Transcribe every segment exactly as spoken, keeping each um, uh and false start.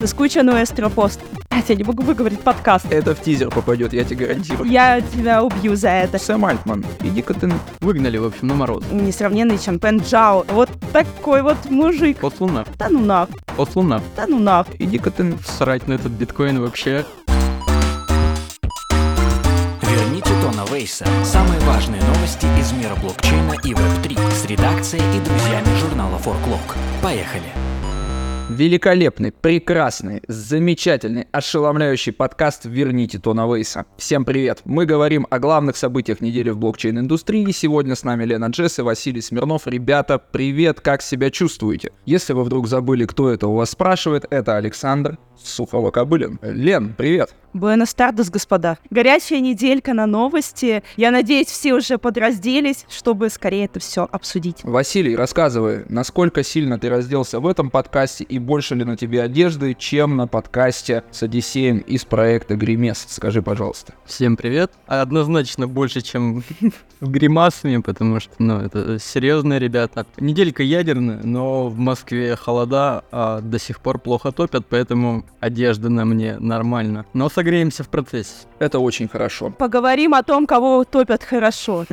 Escucha nuestro post. Я не могу выговорить подкаст. Это в тизер попадет, я тебе гарантирую. Я тебя убью за это. Сэм Альтман, иди-ка ты... Выгнали, в общем, на мороз. Несравненный Чанпен Джао. Вот такой вот мужик. Послуна. Да ну нах. Послуна. Да ну нах. Иди-ка ты... Срать на этот биткоин вообще. Верните Тона Вейса. Самые важные новости из мира блокчейна и веб три с редакцией и друзьями журнала ForkLog. Поехали! Великолепный, прекрасный, замечательный, ошеломляющий подкаст «Верните Тона Вейса». Всем привет! Мы говорим о главных событиях недели в блокчейн-индустрии. Сегодня с нами Лена Джесс и Василий Смирнов. Ребята, привет! Как себя чувствуете? Если вы вдруг забыли, кто это у вас спрашивает, это Александр Сухово-Кобылин. Лен, привет! Буэнос тардес, господа. Горячая неделька на новости. Я надеюсь, все уже подразделись, чтобы скорее это все обсудить. Василий, рассказывай, насколько сильно ты разделся в этом подкасте и больше ли на тебе одежды, чем на подкасте с Одиссеем из проекта Гримес? Скажи, пожалуйста. Всем привет. Однозначно больше, чем с гримасами, потому что, ну, это серьезные ребята. Неделька ядерная, но в Москве холода, а до сих пор плохо топят, поэтому одежда на мне нормально. Но согреемся в процессе. Это очень хорошо. Поговорим о том, кого топят хорошо.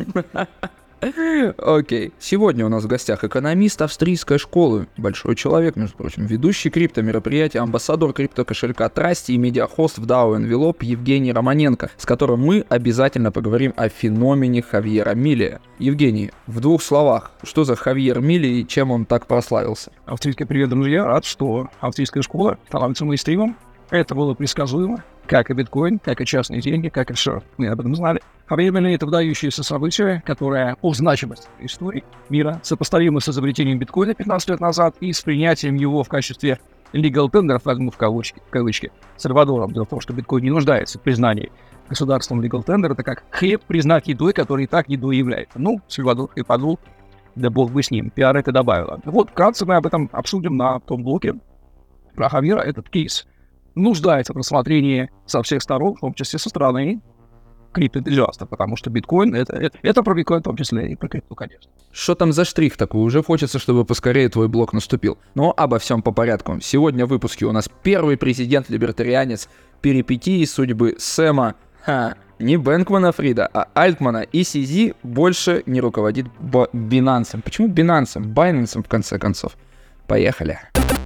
Окей. Сегодня у нас в гостях экономист австрийской школы, большой человек, между прочим, ведущий крипто-мероприятия, амбассадор криптокошелька Trusty и медиахост в дао Envelope Евгений Романенко, с которым мы обязательно поговорим о феномене Хавьера Миллия. Евгений, в двух словах, что за Хавьер Милли и чем он так прославился? Австрийский привет, друзья. Рад, что австрийская школа становится мейнстримом. Это было предсказуемо, как и биткоин, как и частные деньги, как и все. Мы об этом знали. Хавьер Милли — это выдающееся событие, которое по значимости истории мира сопоставимо с изобретением биткоина пятнадцать лет назад и с принятием его в качестве legal tender, возьму в кавычки, в кавычки, Сальвадором. Дело в том, что биткоин не нуждается в признании государством legal tender. Это как хлеб признать едой, который и так едой является. Ну, Сальвадор и подул, да бог бы с ним, пиар это добавило. Вот, вкратце мы об этом обсудим на том блоке. Про Хавьера этот кейс нуждается в рассмотрении со всех сторон, в том числе со стороны криптоэнтузиастов, потому что биткоин это, это, это про биткоин в том числе и про крипту, конечно. Что там за штрих такой? Уже хочется, чтобы поскорее твой блок наступил. Но обо всем по порядку. Сегодня в выпуске у нас первый президент-либертарианец, перипетии судьбы Сэма, ха, не Бэнкмана Фрида, а Альтмана, и си зет больше не руководит Binance. Почему Binance? Binance в конце концов. Поехали.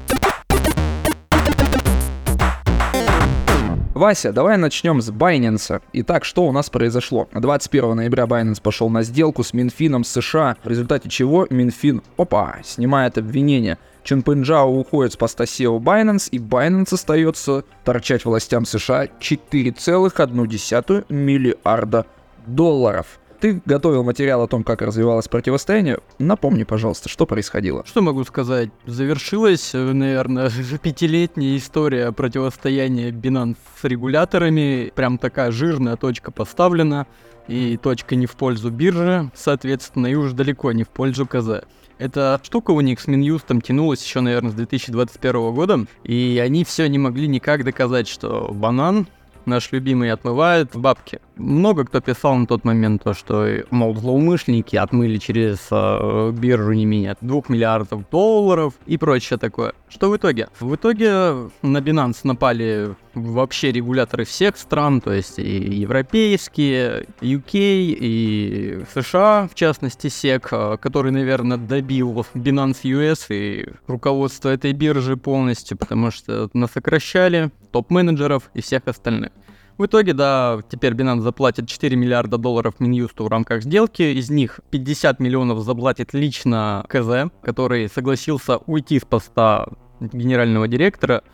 Вася, давай начнем с Binance. Итак, что у нас произошло? двадцать первого ноября Binance пошел на сделку с Минфином США, в результате чего Минфин, опа, снимает обвинение. Чанпен Джао уходит с поста си и о Binance, и Binance остается торчать властям США четыре целых одна десятая миллиарда долларов. Ты готовил материал о том, как развивалось противостояние. Напомни, пожалуйста, что происходило. Что могу сказать? Завершилась, наверное, пятилетняя история противостояния Binance с регуляторами. Прям такая жирная точка поставлена. И точка не в пользу биржи, соответственно, и уж далеко не в пользу КЗ. Эта штука у них с Минюстом тянулась еще, наверное, с две тысячи двадцать первого года. И они все не могли никак доказать, что банан, наш любимый, отмывает бабки. Много кто писал на тот момент то, что, мол, злоумышленники отмыли через э, биржу не менее двух миллиардов долларов и прочее такое. Что в итоге? В итоге на Binance напали вообще регуляторы всех стран, то есть и европейские, ю кей, и США, в частности сек, который, наверное, добил Binance ю эс и руководство этой биржи полностью, потому что насокращали топ-менеджеров и всех остальных. В итоге, да, теперь Binance заплатит четыре миллиарда долларов Минюсту в рамках сделки, из них пятьдесят миллионов заплатит лично КЗ, который согласился уйти с поста генерального директора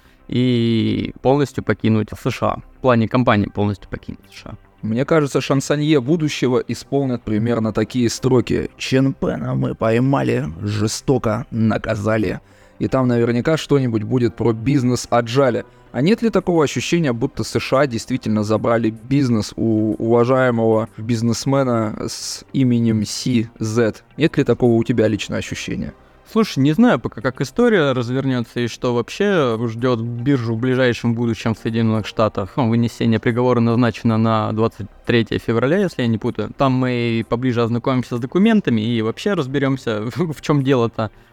и полностью покинуть США. В плане компании полностью покинуть США. Мне кажется, шансонье будущего исполнят примерно такие строки. Чанпена мы поймали, жестоко наказали. И там наверняка что-нибудь будет про бизнес-аджали. А нет ли такого ощущения, будто США действительно забрали бизнес у уважаемого бизнесмена с именем си зет? Нет ли такого у тебя личное ощущение? Слушай, не знаю пока, как история развернется и что вообще ждет биржу в ближайшем будущем в Соединенных Штатах. Ну, вынесение приговора назначено на двадцать третьего февраля, если я не путаю. Там мы поближе ознакомимся с документами и вообще разберемся, в чем дело-то.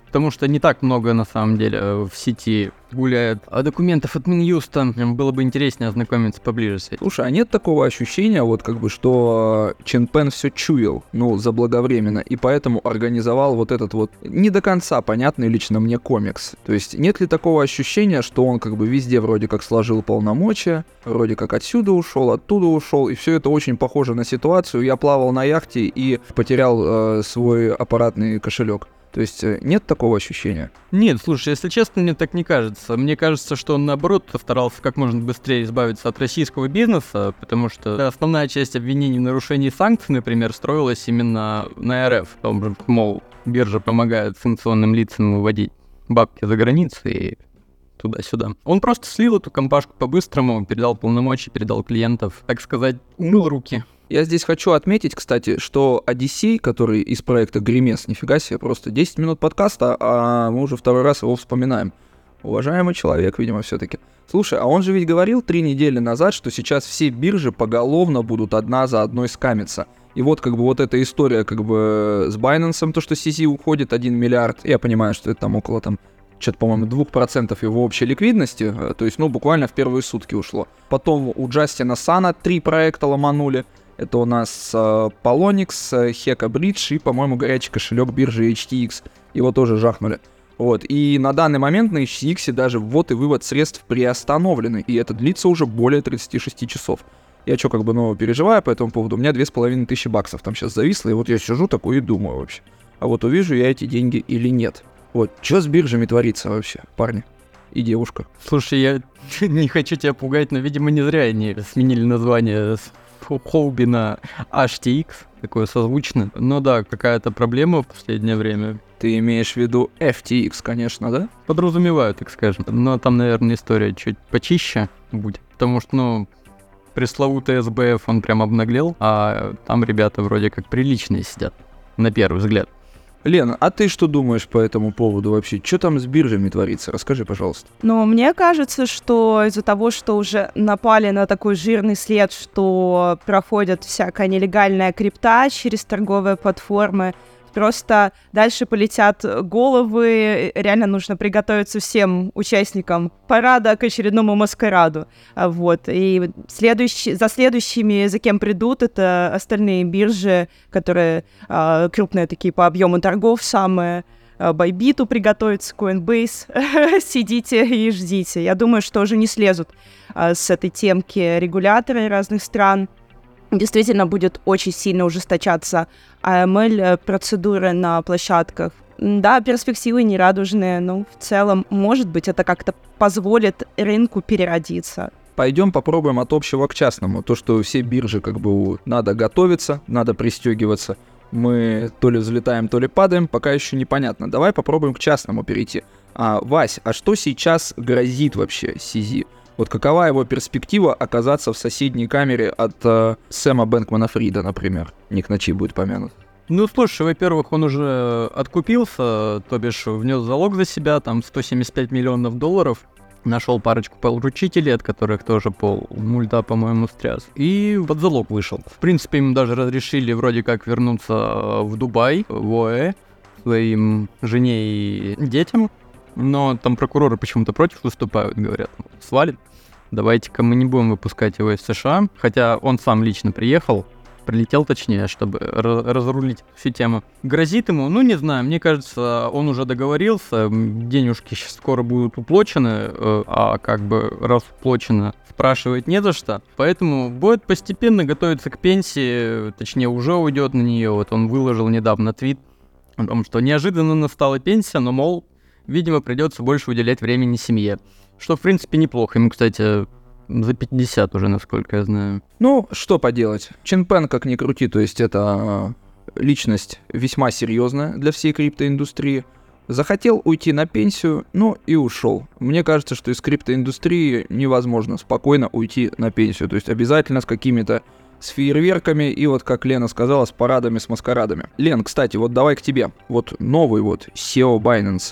потому что не так много, на самом деле, в сети гуляет а документов от Минюста. Было бы интереснее ознакомиться поближе с этим. Слушай, а нет такого ощущения, вот как бы, что Чен Пен все чуял, ну, заблаговременно, и поэтому организовал вот этот вот не до конца понятный лично мне комикс? То есть нет ли такого ощущения, что он как бы везде вроде как сложил полномочия, вроде как отсюда ушел, оттуда ушел, и все это очень похоже на ситуацию. Я плавал на яхте и потерял э, свой аппаратный кошелек. То есть нет такого ощущения? Нет, слушай, если честно, мне так не кажется. Мне кажется, что он, наоборот, старался как можно быстрее избавиться от российского бизнеса, потому что основная часть обвинений в нарушении санкций, например, строилась именно на эр эф. Том, мол, биржа помогает санкционным лицам выводить бабки за границу и туда-сюда. Он просто слил эту компашку по-быстрому, передал полномочия, передал клиентов, так сказать, умыл руки. Я здесь хочу отметить, кстати, что Одиссей, который из проекта Гримес, нифига себе, просто десять минут подкаста, а мы уже второй раз его вспоминаем. Уважаемый человек, видимо, все-таки. Слушай, а он же ведь говорил три недели назад, что сейчас все биржи поголовно будут одна за одной скамиться. И вот как бы вот эта история как бы с Binance, то, что си зет уходит один миллиард, я понимаю, что это там около там что-то, по-моему, два процента его общей ликвидности, то есть, ну, буквально в первые сутки ушло. Потом у Джастина Сана три проекта ломанули. Это у нас э, Polonix, Heka Bridge и, по-моему, горячий кошелек биржи эйч ти экс. Его тоже жахнули. Вот. И на данный момент на эйч ти экс даже ввод и вывод средств приостановлены. И это длится уже более тридцать шесть часов. Я что, как бы, ну, переживаю по этому поводу. У меня две с половиной тысячи баксов там сейчас зависло. И вот я сижу такой и думаю вообще. А вот увижу я эти деньги или нет. Вот. Что с биржами творится вообще, парни? И девушка. Слушай, я не хочу тебя пугать, но, видимо, не зря они сменили название с Хоуби на эйч ти экс, такое созвучное. Но да, какая-то проблема в последнее время. Ты имеешь в виду эф ти экс, конечно, да? Подразумеваю, так скажем. Но там, наверное, история чуть почище будет. Потому что, ну, пресловутый эс бэ эф, он прям обнаглел, а там ребята вроде как приличные сидят, на первый взгляд. Лена, а ты что думаешь по этому поводу вообще? Что там с биржами творится? Расскажи, пожалуйста. Ну, мне кажется, что из-за того, что уже напали на такой жирный след, что проходит всякая нелегальная крипта через торговые платформы, просто дальше полетят головы, реально нужно приготовиться всем участникам парада к очередному маскараду. Вот. И следующий, за следующими, за кем придут, это остальные биржи, которые а, крупные такие по объему торгов, самые. Байбиту приготовиться, Coinbase, сидите и ждите. Я думаю, что уже не слезут а, с этой темки регуляторы разных стран. Действительно будет очень сильно ужесточаться эй эм эль-процедуры на площадках. Да, перспективы нерадужные, но в целом, может быть, это как-то позволит рынку переродиться. Пойдем попробуем от общего к частному. То, что все биржи как бы надо готовиться, надо пристегиваться. Мы то ли взлетаем, то ли падаем, пока еще непонятно. Давай попробуем к частному перейти. А, Вась, а что сейчас грозит вообще си зет? Вот какова его перспектива оказаться в соседней камере от э, Сэма Бэнкмана-Фрида, например? Ник Ночи будет помянут. Ну, слушай, во-первых, он уже откупился, то бишь внес залог за себя, там сто семьдесят пять миллионов долларов. Нашел парочку поручителей, от которых тоже пол мульта, по-моему, стряс. И под залог вышел. В принципе, им даже разрешили вроде как вернуться в Дубай, в ОАЭ, своим жене и детям. Но там прокуроры почему-то против выступают, говорят, свалит. Давайте-ка мы не будем выпускать его из США. Хотя он сам лично приехал, прилетел точнее, чтобы разрулить всю тему. Грозит ему, ну не знаю, мне кажется, он уже договорился, денежки сейчас скоро будут уплочены, а как бы раз уплочено, спрашивать не за что. Поэтому будет постепенно готовиться к пенсии, точнее уже уйдет на нее. Вот он выложил недавно твит о том, что неожиданно настала пенсия, но, мол, видимо, придется больше уделять времени семье. Что, в принципе, неплохо. Ему, кстати, за пятьдесят уже, насколько я знаю. Ну, что поделать. Чен Пен, как ни крути, то есть это личность весьма серьезная для всей криптоиндустрии. Захотел уйти на пенсию, ну и ушел. Мне кажется, что из криптоиндустрии невозможно спокойно уйти на пенсию. То есть обязательно с какими-то с фейерверками и вот, как Лена сказала, с парадами, с маскарадами. Лен, кстати, вот давай к тебе. Вот новый вот си и о Binance.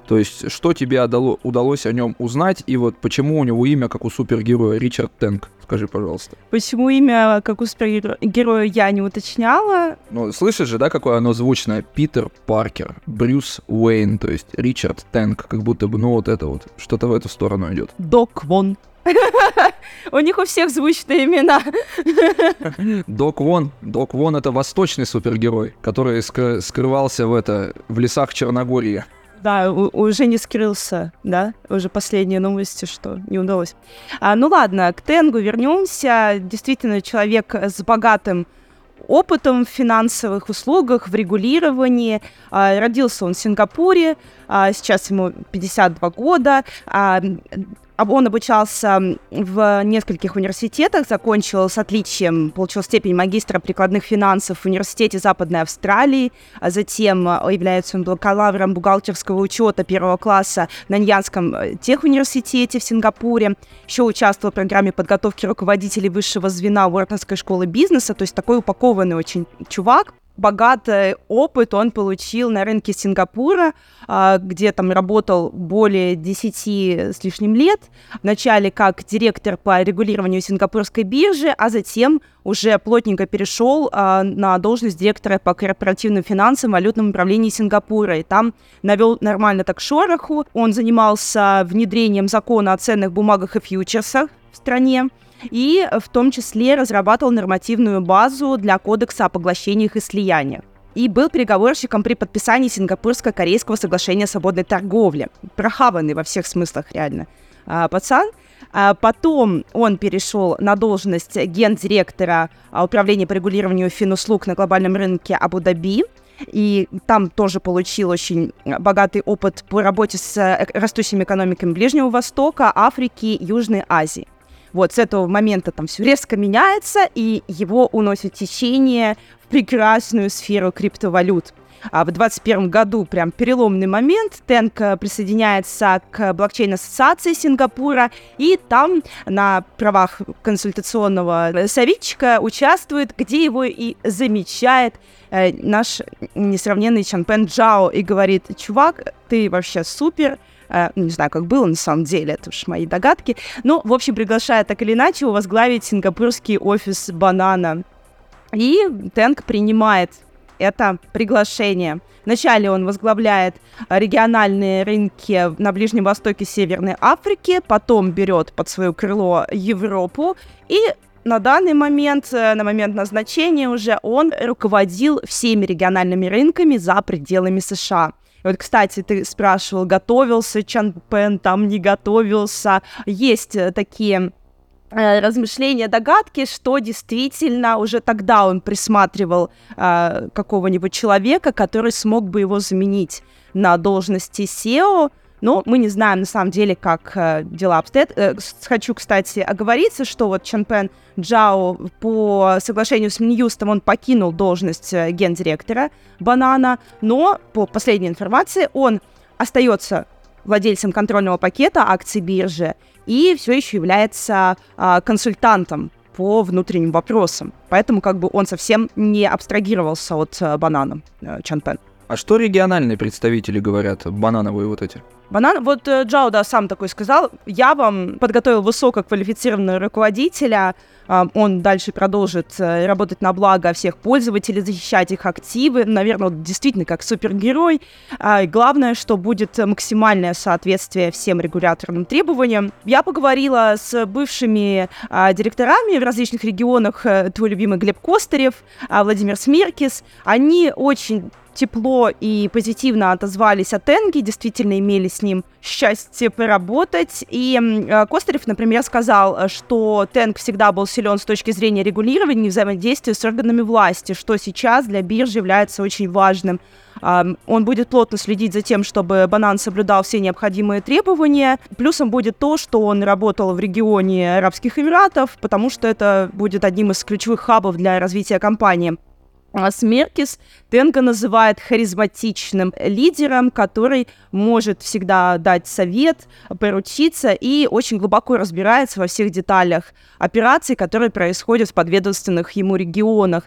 То есть, что тебе отдало, удалось о нем узнать, и вот почему у него имя, как у супергероя, Ричард Тэнк? Скажи, пожалуйста. Почему имя, как у супергероя, я не уточняла? Ну, слышишь же, да, какое оно звучное? Питер Паркер, Брюс Уэйн, то есть Ричард Тэнк, как будто бы, ну, вот это вот, что-то в эту сторону идет. Док Вон. У них у всех звучные имена. Док Вон. Док Вон — это восточный супергерой, который скры- скрывался в, это, в лесах Черногории. Да, у- уже не скрылся, да? Уже последние новости, что не удалось. А, ну ладно, к Тэнгу вернемся. Действительно, человек с богатым опытом в финансовых услугах, в регулировании. А, родился он в Сингапуре, а, сейчас ему пятьдесят два года. А, Он обучался в нескольких университетах, закончил с отличием, получил степень магистра прикладных финансов в Университете Западной Австралии, а затем является он бакалавром бухгалтерского учета первого класса в Наньянском техуниверситете в Сингапуре. Еще участвовал в программе подготовки руководителей высшего звена Уортонской школы бизнеса, то есть такой упакованный очень чувак. Богатый опыт он получил на рынке Сингапура, где там работал более десяти с лишним лет. Вначале как директор по регулированию сингапурской биржи, а затем уже плотненько перешел на должность директора по корпоративным финансам в валютном управлении Сингапура. И там навел нормально так шороху. Он занимался внедрением закона о ценных бумагах и фьючерсах в стране. И в том числе разрабатывал нормативную базу для кодекса о поглощениях и слияниях. И был переговорщиком при подписании Сингапурско-корейского соглашения о свободной торговле. Прохаванный во всех смыслах реально а, пацан. А потом он перешел на должность гендиректора управления по регулированию финуслуг на глобальном рынке Абу-Даби. И там тоже получил очень богатый опыт по работе с растущими экономиками Ближнего Востока, Африки, Южной Азии. Вот с этого момента там все резко меняется, и его уносит течение в прекрасную сферу криптовалют. А в двадцать первом году прям переломный момент. Тэнк присоединяется к блокчейн-ассоциации Сингапура, и там на правах консультационного советчика участвует, где его и замечает э, наш несравненный Чанпен Джао и говорит: чувак, ты вообще супер. Uh, не знаю, как было на самом деле, это уж мои догадки. Но, в общем, приглашает так или иначе возглавить сингапурский офис Банана. И Тэнк принимает это приглашение. Вначале он возглавляет региональные рынки на Ближнем Востоке Северной Африки, потом берет под свое крыло Европу, и на данный момент, на момент назначения уже он руководил всеми региональными рынками за пределами США. Вот, кстати, ты спрашивал, готовился Чанпен, там не готовился. Есть такие э, размышления, догадки, что действительно уже тогда он присматривал э, какого-нибудь человека, который смог бы его заменить на должности сео. Но мы не знаем, на самом деле, как э, дела обстоят. Э, хочу, кстати, оговориться, что вот Чанпен Джао по соглашению с Минюстом он покинул должность э, гендиректора Банана, но по последней информации он остается владельцем контрольного пакета акций биржи и все еще является э, консультантом по внутренним вопросам. Поэтому как бы он совсем не абстрагировался от э, Банана, э, Чанпен. А что региональные представители говорят, банановые вот эти? Банан, вот э, Джао, да, сам такой сказал: я вам подготовил высококвалифицированного руководителя, э, он дальше продолжит э, работать на благо всех пользователей, защищать их активы, наверное, вот действительно как супергерой. Э, главное, что будет максимальное соответствие всем регуляторным требованиям. Я поговорила с бывшими э, директорами в различных регионах, э, твой любимый Глеб Костырев, э, Владимир Смеркис, они очень тепло и позитивно отозвались о Тэнге, действительно имели с ним счастье поработать. И э, Костырев, например, сказал, что Тэнг всегда был силен с точки зрения регулирования и взаимодействия с органами власти, что сейчас для биржи является очень важным. Э, он будет плотно следить за тем, чтобы Банан соблюдал все необходимые требования. Плюсом будет то, что он работал в регионе Арабских Эмиратов, потому что это будет одним из ключевых хабов для развития компании. Смеркис Тенга называет харизматичным лидером, который может всегда дать совет, поручиться и очень глубоко разбирается во всех деталях операций, которые происходят в подведомственных ему регионах.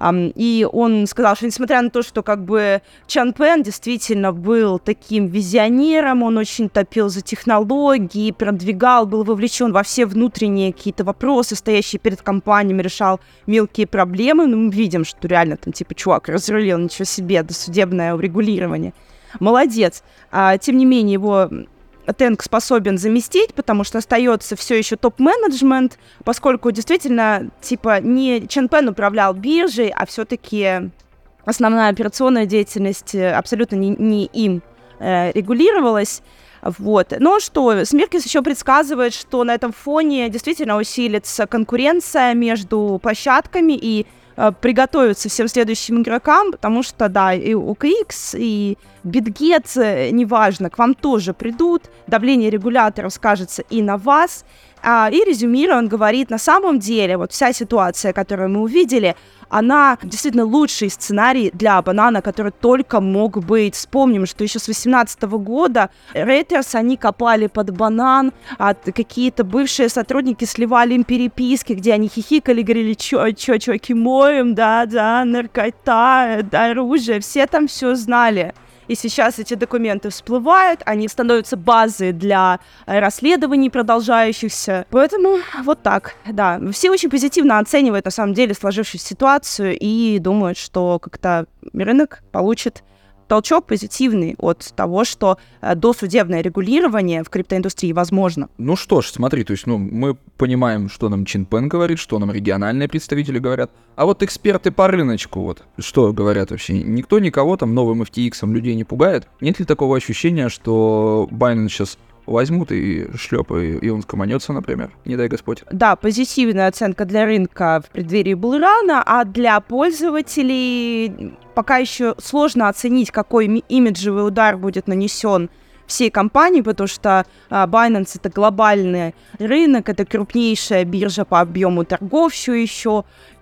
И он сказал, что несмотря на то, что как бы Чан Пен действительно был таким визионером, он очень топил за технологии, продвигал, был вовлечен во все внутренние какие-то вопросы, стоящие перед компаниями, решал мелкие проблемы. Ну, мы видим, что реально там типа чувак разрулил, ничего себе, досудебное урегулирование. Молодец. А, тем не менее, его Тенг способен заместить, потому что остается все еще топ-менеджмент, поскольку действительно, типа, не Чан Пен управлял биржей, а все-таки основная операционная деятельность абсолютно не, не им э, регулировалась. Вот. Но что, Смеркис еще предсказывает, что на этом фоне действительно усилится конкуренция между площадками и э, приготовиться всем следующим игрокам, потому что, да, и о ка икс, и BitGet, э, неважно, к вам тоже придут, давление регуляторов скажется и на вас. А, и резюмируя, он говорит, на самом деле, вот вся ситуация, которую мы увидели, она действительно лучший сценарий для банана, который только мог быть. Вспомним, что еще с две тысячи восемнадцатого года Reuters, они копали под банан, а какие-то бывшие сотрудники сливали им переписки, где они хихикали, говорили, чё, чё, чуваки, моем, да-да, наркота, оружие, все там все знали. И сейчас эти документы всплывают, они становятся базой для расследований продолжающихся. Поэтому вот так, да. Все очень позитивно оценивают, на самом деле, сложившуюся ситуацию и думают, что как-то рынок получит толчок позитивный от того, что э, досудебное регулирование в криптоиндустрии возможно. Ну что ж, смотри, то есть, ну, мы понимаем, что нам Чан Пен говорит, что нам региональные представители говорят, а вот эксперты по рыночку, вот, что говорят вообще? Никто никого там новым эф ти экс людей не пугает? Нет ли такого ощущения, что Binance сейчас возьмут и шлепают, и он скоманется, например? Не дай Господь. Да, позитивная оценка для рынка в преддверии булрана, а для пользователей пока еще сложно оценить, какой ми- имиджевый удар будет нанесен всей компании, потому что а, Binance — это глобальный рынок, это крупнейшая биржа по объему торгов все еще,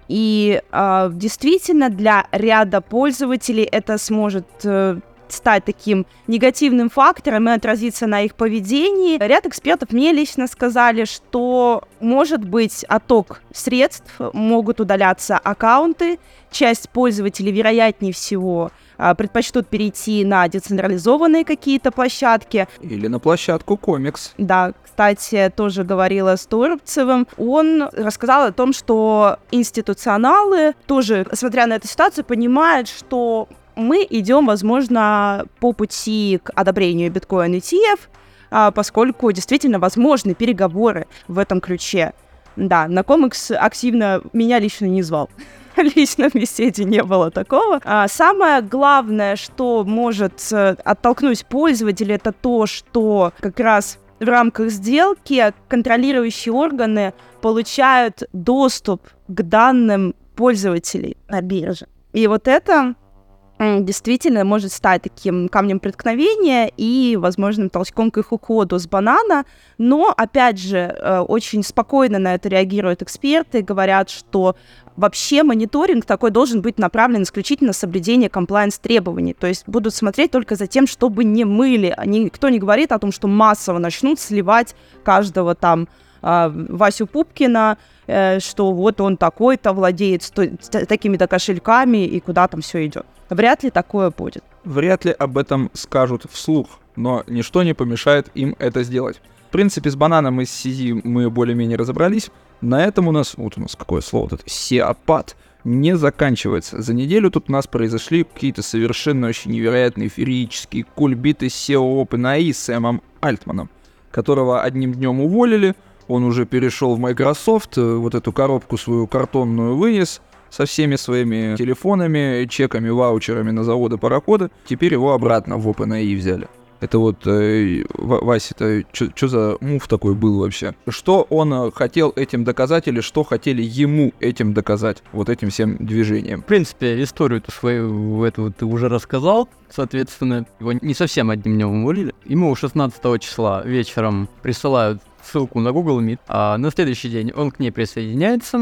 и а, действительно для ряда пользователей это сможет э, стать таким негативным фактором и отразиться на их поведении. Ряд экспертов мне лично сказали, что может быть отток средств, могут удаляться аккаунты, часть пользователей, вероятнее всего, предпочтут перейти на децентрализованные какие-то площадки. Или на площадку Комикс. Да, кстати, тоже говорила с Торопцевым. Он рассказал о том, что институционалы тоже, смотря на эту ситуацию, понимают, что мы идем, возможно, по пути к одобрению биткоин и ти эф, поскольку действительно возможны переговоры в этом ключе. Да, на Комикс активно меня лично не звал. Лично в беседе не было такого. А самое главное, что может оттолкнуть пользователя, это то, что как раз в рамках сделки контролирующие органы получают доступ к данным пользователей на бирже. И вот это действительно может стать таким камнем преткновения и возможным толчком к их уходу с банана. Но, опять же, очень спокойно на это реагируют эксперты, говорят, что вообще мониторинг такой должен быть направлен исключительно на соблюдение комплаенс-требований. То есть будут смотреть только за тем, чтобы не мыли. Никто не говорит о том, что массово начнут сливать каждого там Васю Пупкина, что вот он такой-то владеет такими-то кошельками и куда там все идет. Вряд ли такое будет. Вряд ли об этом скажут вслух, но ничто не помешает им это сделать. В принципе, с бананом и с си зет мы более-менее разобрались. На этом у нас, вот у нас какое слово, вот это, сеопат, не заканчивается. За неделю тут у нас произошли какие-то совершенно очень невероятные феерические кульбиты с си и о OpenAI Сэмом Альтманом, которого одним днем уволили, он уже перешел в Microsoft, вот эту коробку свою картонную вынес со всеми своими телефонами, чеками, ваучерами на заводы-пароходы. Теперь его обратно в OpenAI взяли. Это вот, э, Вася, это что за мув такой был вообще? Что он хотел этим доказать или что хотели ему этим доказать, вот этим всем движением? В принципе, историю-то свою эту ты уже рассказал. Соответственно, его не совсем одним днем уволили. Ему шестнадцатого числа вечером присылают ссылку на Google Meet, а на следующий день он к ней присоединяется.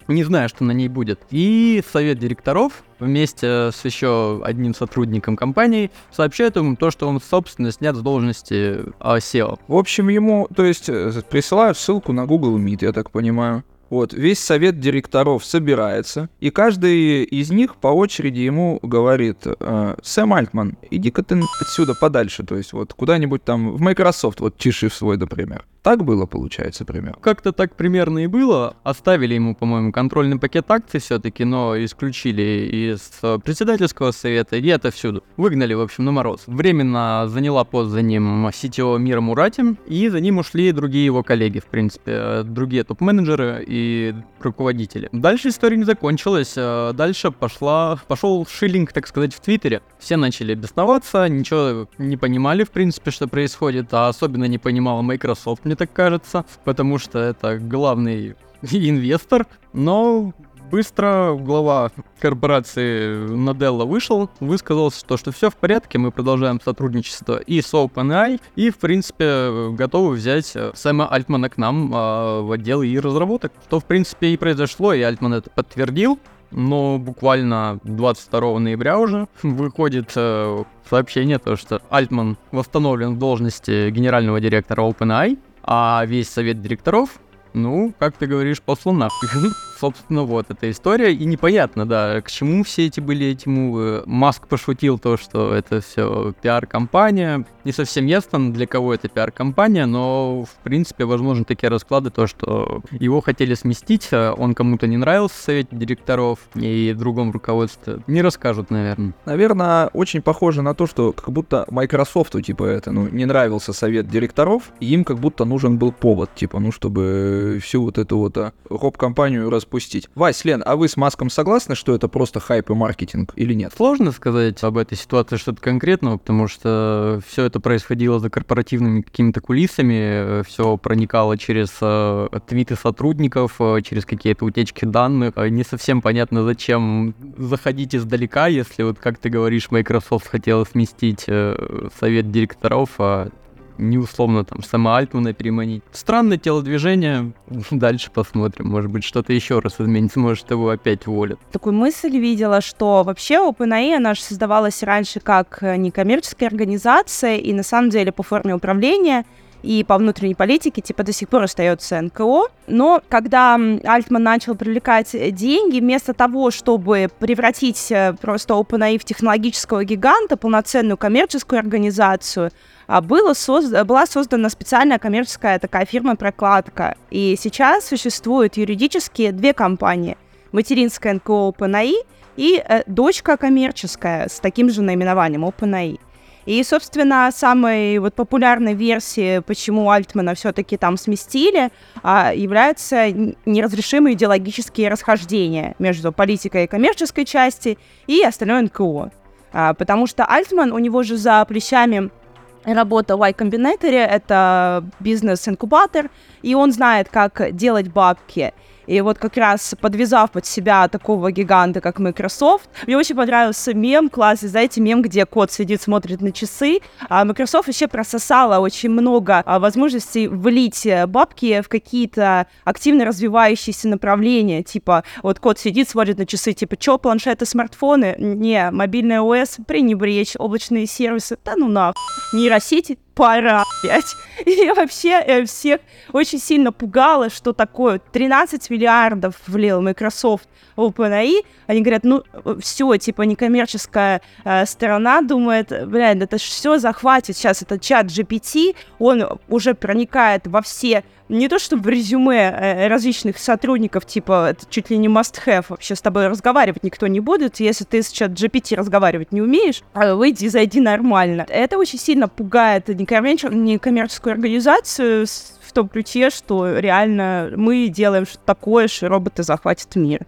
не зная, что на ней будет. И совет директоров вместе с еще одним сотрудником компании сообщает ему то, что он, собственно, снят с должности сео. В общем, ему, то есть, присылают ссылку на Google Meet, я так понимаю. Вот, весь совет директоров собирается, и каждый из них по очереди ему говорит: Сэм Альтман, иди-ка ты отсюда подальше, то есть вот куда-нибудь там в Microsoft, вот чеши в свой, например. Так было, получается, пример. Как-то так примерно и было. Оставили ему, по-моему, контрольный пакет акций все-таки, но исключили из председательского совета и отовсюду. Выгнали, в общем, на мороз. Временно заняла пост за ним си ти о Мира Мурати, и за ним ушли другие его коллеги, в принципе, другие топ-менеджеры и руководители. Дальше история не закончилась. Дальше пошла, пошел шиллинг, так сказать, в Твиттере. Все начали бесноваться, ничего не понимали, в принципе, что происходит, а особенно не понимала Microsoft, мне так кажется, потому что это главный инвестор, но быстро глава корпорации Наделла вышел, высказался, что, что все в порядке, мы продолжаем сотрудничество и с OpenAI, и, в принципе, готовы взять Сэма Альтмана к нам а, в отдел и разработок, что, в принципе, и произошло, и Альтман это подтвердил. Но буквально двадцать второго ноября уже выходит э, сообщение, то, что Альтман восстановлен в должности генерального директора OpenAI, а весь совет директоров, ну, как ты говоришь, послан нахуй. Собственно, вот эта история. И непонятно, да, к чему все эти были эти мувы. Маск пошутил то, что это все пиар-компания. Не совсем ясно, для кого это пиар-компания, но, в принципе, возможно, такие расклады, то, что его хотели сместить, он кому-то не нравился в совете директоров и другом руководстве. Не расскажут, наверное. Наверное, очень похоже на то, что как будто Microsoft, типа, это, ну, не нравился совет директоров, и им как будто нужен был повод, типа, ну, чтобы всю вот эту вот а, роп-компанию распустить. Вась, Лен, а вы с Маском согласны, что это просто хайп и маркетинг или нет? Сложно сказать об этой ситуации что-то конкретного, потому что все это происходило за корпоративными какими-то кулисами, все проникало через э, твиты сотрудников, э, через какие-то утечки данных. Не совсем понятно, зачем заходить издалека, если, вот как ты говоришь, Microsoft хотела сместить э, совет директоров, а не условно там Сэма Альтмана переманить. Странное телодвижение. Дальше посмотрим. Может быть, что-то еще раз изменится. Может, его опять уволят. Такую мысль видела, что вообще OpenAI, она же создавалась раньше как некоммерческая организация, и на самом деле по форме управления и по внутренней политике, типа, до сих пор остается эн ка о. Но когда Альтман начал привлекать деньги, вместо того, чтобы превратить просто OpenAI в технологического гиганта, полноценную коммерческую организацию, было созда- была создана специальная коммерческая такая фирма-прокладка. И сейчас существуют юридически две компании. Материнская эн ка о OpenAI и э, дочка коммерческая с таким же наименованием OpenAI. И, собственно, самой вот популярной версией, почему Альтмана все-таки там сместили, а, являются неразрешимые идеологические расхождения между политикой и коммерческой части и остальной эн ка о. А, потому что Альтман, у него же за плечами работа в Y Combinator, это бизнес-инкубатор, и он знает, как делать бабки. И вот как раз подвязав под себя такого гиганта, как Microsoft, мне очень понравился мем, классный, знаете, мем, где кот сидит, смотрит на часы, а Microsoft вообще прососала очень много а, возможностей влить бабки в какие-то активно развивающиеся направления, типа, вот кот сидит, смотрит на часы, типа, чё, планшеты, смартфоны? Не, мобильный о эс, пренебречь, облачные сервисы, да ну нахуй, нейросети, пора, блядь. И вообще э, всех очень сильно пугало, что такое тринадцать миллиардов влил Microsoft в OpenAI. Они говорят, ну, все, типа, некоммерческая э, сторона думает, блядь, это ж все захватит. Сейчас этот чат джи пи ти, он уже проникает во все, не то что в резюме э, различных сотрудников, типа, это чуть ли не must-have, вообще с тобой разговаривать никто не будет, если ты с чат джи пи ти разговаривать не умеешь, выйди и зайди нормально. Это очень сильно пугает некоммерческую организацию в том ключе, что реально мы делаем что-то такое, что роботы захватят мир.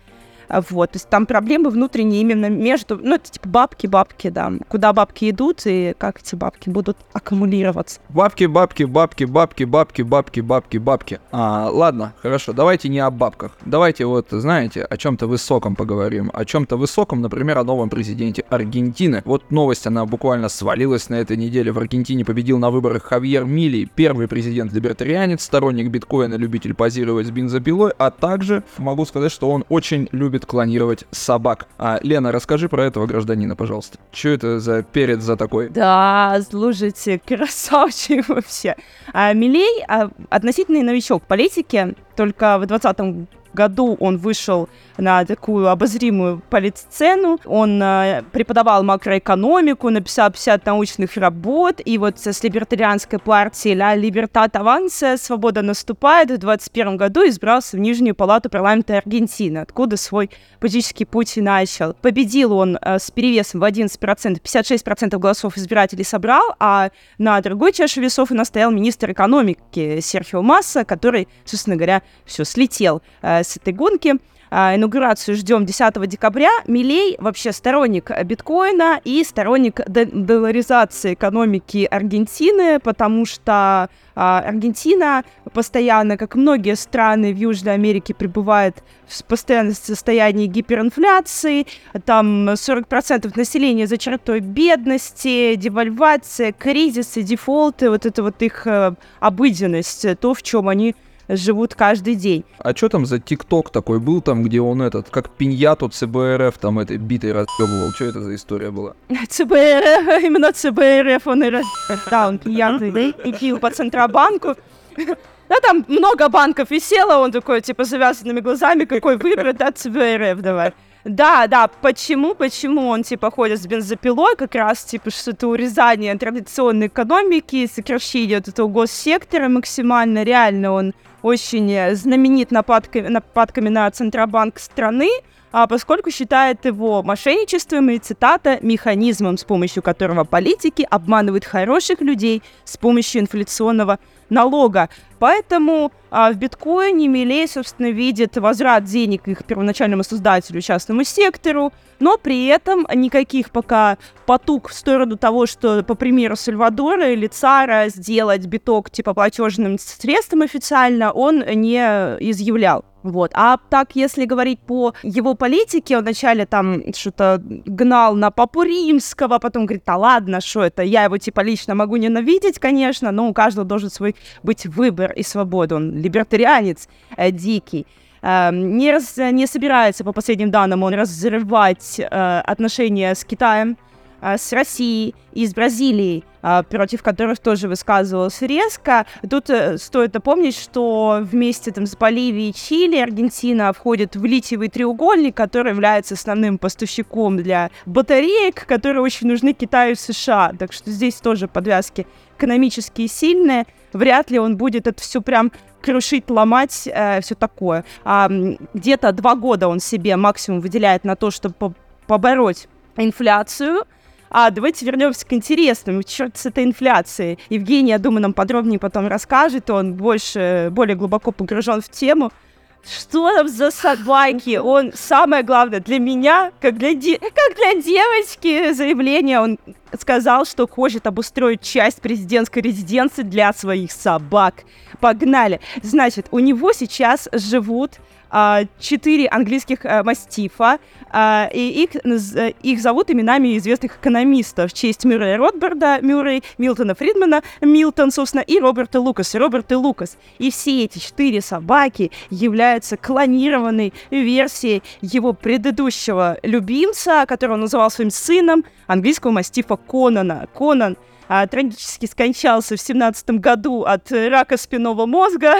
Вот, то есть там проблемы внутренние именно между, ну, это типа бабки-бабки, да, куда бабки идут и как эти бабки будут аккумулироваться. Бабки, бабки, бабки, бабки, бабки, бабки, бабки, бабки. А, ладно, хорошо, давайте не о бабках. Давайте вот, знаете, о чем-то высоком поговорим. О чем-то высоком, например, о новом президенте Аргентины. Вот новость, она буквально свалилась на этой неделе. В Аргентине победил на выборах Хавьер Милей, первый президент-либертарианец, сторонник биткоина, любитель позировать с бензопилой, а также могу сказать, что он очень любит клонировать собак. А, Лена, расскажи про этого гражданина, пожалуйста. Что это за перец за такой? Да, слушайте, красавчик вообще. А Милей а, относительный новичок в политике, только в двадцатом году он вышел на такую обозримую политсцену. Он э, преподавал макроэкономику, написал пятьдесят научных работ, и вот с либертарианской партией «La Libertad Avanza» «Свобода наступает» в двадцать первом году избрался в Нижнюю палату парламента Аргентины, откуда свой политический путь и начал. Победил он э, с перевесом в одиннадцать процентов, пятьдесят шесть процентов голосов избирателей собрал, а на другой чаше весов у нас стоял министр экономики Серхио Масса, который, собственно говоря, все слетел э, с этой гонки. А, инаугурацию ждем десятого декабря. Милей вообще сторонник биткоина и сторонник долларизации экономики Аргентины, потому что а, Аргентина постоянно, как многие страны в Южной Америке, пребывает в постоянном состоянии гиперинфляции. Там сорок процентов населения за чертой бедности, девальвация, кризисы, дефолты, вот это вот их э, обыденность, то, в чем они живут каждый день. А что там за ТикТок такой был там, где он этот, как пиньяту ЦБРФ там этой битой разъебывал? Что это за история была? ЦБРФ, именно ЦБРФ он и раз... Да, он пьяный и пил по Центробанку. Да, там много банков висело, он такой, типа, с завязанными глазами, какой выбор, да, ЦБРФ давай. Да, да, почему, почему он, типа, ходит с бензопилой, как раз, типа, что-то урезание традиционной экономики, сокращение вот этого госсектора максимально, реально он очень знаменит нападками, нападками на Центробанк страны, а поскольку считает его мошенничеством и, цитата, механизмом, с помощью которого политики обманывают хороших людей с помощью инфляционного налога. Поэтому а, в биткоине Милей, собственно, видит возврат денег их первоначальному создателю, частному сектору, но при этом никаких пока потуг в сторону того, что, по примеру Сальвадора или ЦАРа, сделать биток типа платежным средством официально, он не изъявлял. Вот. А так, если говорить по его политике, он вначале там что-то гнал на Папу Римского, потом говорит, да ладно, что это, я его типа лично могу ненавидеть, конечно, но у каждого должен свой быть выбор и свобода. Он либертарианец э, дикий. Э, не, раз, не собирается, по последним данным, он разрывать э, отношения с Китаем, э, с Россией и с Бразилией, э, против которых тоже высказывался резко. Тут э, стоит напомнить, что вместе там, с Боливией и Чили Аргентина входит в литиевый треугольник, который является основным поставщиком для батареек, которые очень нужны Китаю и США. Так что здесь тоже подвязки экономические сильные. Вряд ли он будет это все прям крушить, ломать, э, все такое. А, где-то два года он себе максимум выделяет на то, чтобы по- побороть инфляцию. А давайте вернемся к интересному. Черт с этой инфляцией. Евгений, я думаю, нам подробнее потом расскажет. Он больше, более глубоко погружен в тему. Что там за собаки? Он, самое главное, для меня, как для, де- как для девочки, заявление, он сказал, что хочет обустроить часть президентской резиденции для своих собак. Погнали. Значит, у него сейчас живут а, четыре английских а, мастифа, а, и их, их зовут именами известных экономистов в честь Мюррея Ротбарда, Мюррей, Милтона Фридмана, Милтон, собственно, и Роберта Лукаса, Роберт и Лукас. И все эти четыре собаки являются клонированной версией его предыдущего любимца, которого он называл своим сыном, английского мастифа Конана. Конан а, трагически скончался в семнадцатом году от рака спинного мозга,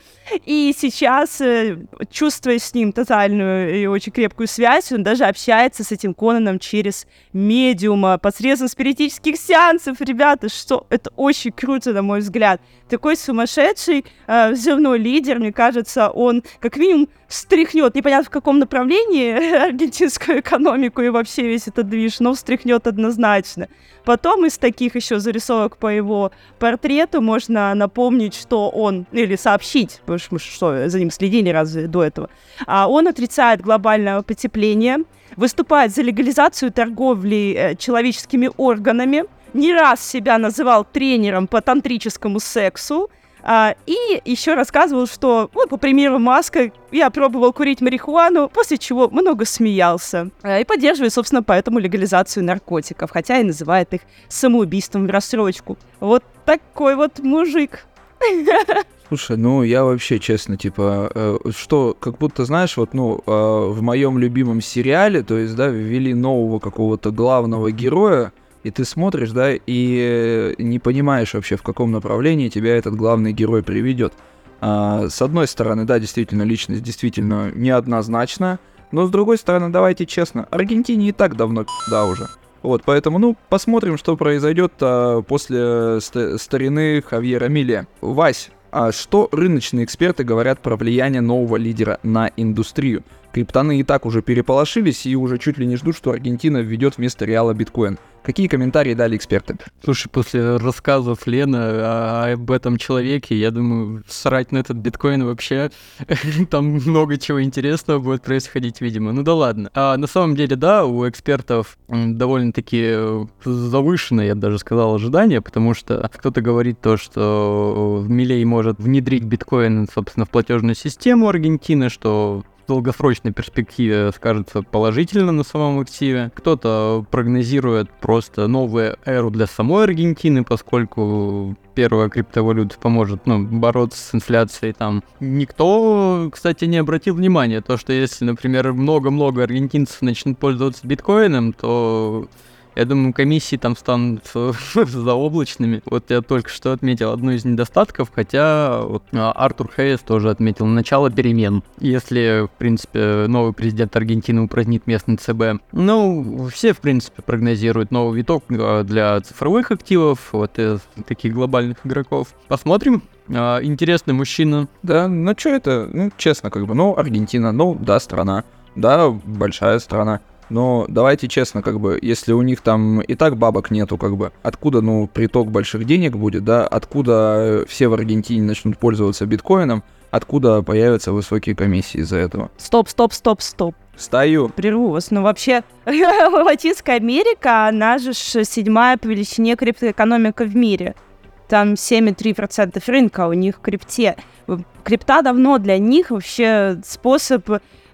и сейчас, чувствуя с ним тотальную и очень крепкую связь, он даже общается с этим Конаном через медиума, посредством спиритических сеансов. Ребята, что это очень круто, на мой взгляд. Такой сумасшедший э, взрывной лидер, мне кажется, он как минимум встряхнет, непонятно в каком направлении, аргентинскую экономику и вообще весь этот движ, но встряхнет однозначно. Потом из таких еще зарисовок по его портрету, можно напомнить, что он, или сообщить, потому что мы что, за ним следили разве до этого, а он отрицает глобальное потепление, выступает за легализацию торговли э, человеческими органами, не раз себя называл тренером по тантрическому сексу, а, и еще рассказывал, что, ну, по примеру Маска, я пробовал курить марихуану, после чего много смеялся. А, и поддерживает, собственно, поэтому легализацию наркотиков, хотя и называет их самоубийством в рассрочку. Вот такой вот мужик. Слушай, ну я вообще, честно, типа, э, что, как будто, знаешь, вот, ну, э, в моем любимом сериале, то есть, да, ввели нового какого-то главного героя, и ты смотришь, да, и не понимаешь вообще, в каком направлении тебя этот главный герой приведет. А, с одной стороны, да, действительно, личность действительно неоднозначная, но с другой стороны, давайте честно, Аргентине и так давно пизда уже. Вот, поэтому, ну, посмотрим, что произойдет а, после ст- старины Хавьера Милея. Вась, а что рыночные эксперты говорят про влияние нового лидера на индустрию? Криптоны и так уже переполошились и уже чуть ли не ждут, что Аргентина введет вместо реала биткоин. Какие комментарии дали эксперты? Слушай, после рассказов Лены об этом человеке, я думаю, срать на этот биткоин вообще, там много чего интересного будет происходить, видимо. Ну да ладно. А на самом деле, да, у экспертов довольно-таки завышенные, я бы даже сказал, ожидания, потому что кто-то говорит то, что Милей может внедрить биткоин, собственно, в платежную систему Аргентины, что в долгосрочной перспективе скажется положительно на самом активе. Кто-то прогнозирует просто новую эру для самой Аргентины, поскольку первая криптовалюта поможет, ну, бороться с инфляцией там. Никто, кстати, не обратил внимания, то, что если, например, много-много аргентинцев начнут пользоваться биткоином, то... Я думаю, комиссии там станут заоблачными. Вот я только что отметил одну из недостатков, хотя вот Артур Хейс тоже отметил начало перемен. Если, в принципе, новый президент Аргентины упразднит местный ЦБ. Ну, все, в принципе, прогнозируют новый виток для цифровых активов, вот из таких глобальных игроков. Посмотрим. Интересный мужчина. Да, ну что это, ну, честно, как бы, ну, Аргентина, ну, да, страна, да, большая страна. Но давайте честно, как бы, если у них там и так бабок нету, как бы, откуда, ну, приток больших денег будет, да, откуда все в Аргентине начнут пользоваться биткоином, откуда появятся высокие комиссии из-за этого? Стоп, стоп, стоп, стоп. Стою. Прерву вас. Ну, вообще, Латинская Америка, она же седьмая по величине криптоэкономика в мире. Там семь целых три десятых процента рынка у них в крипте. Крипта давно для них вообще способ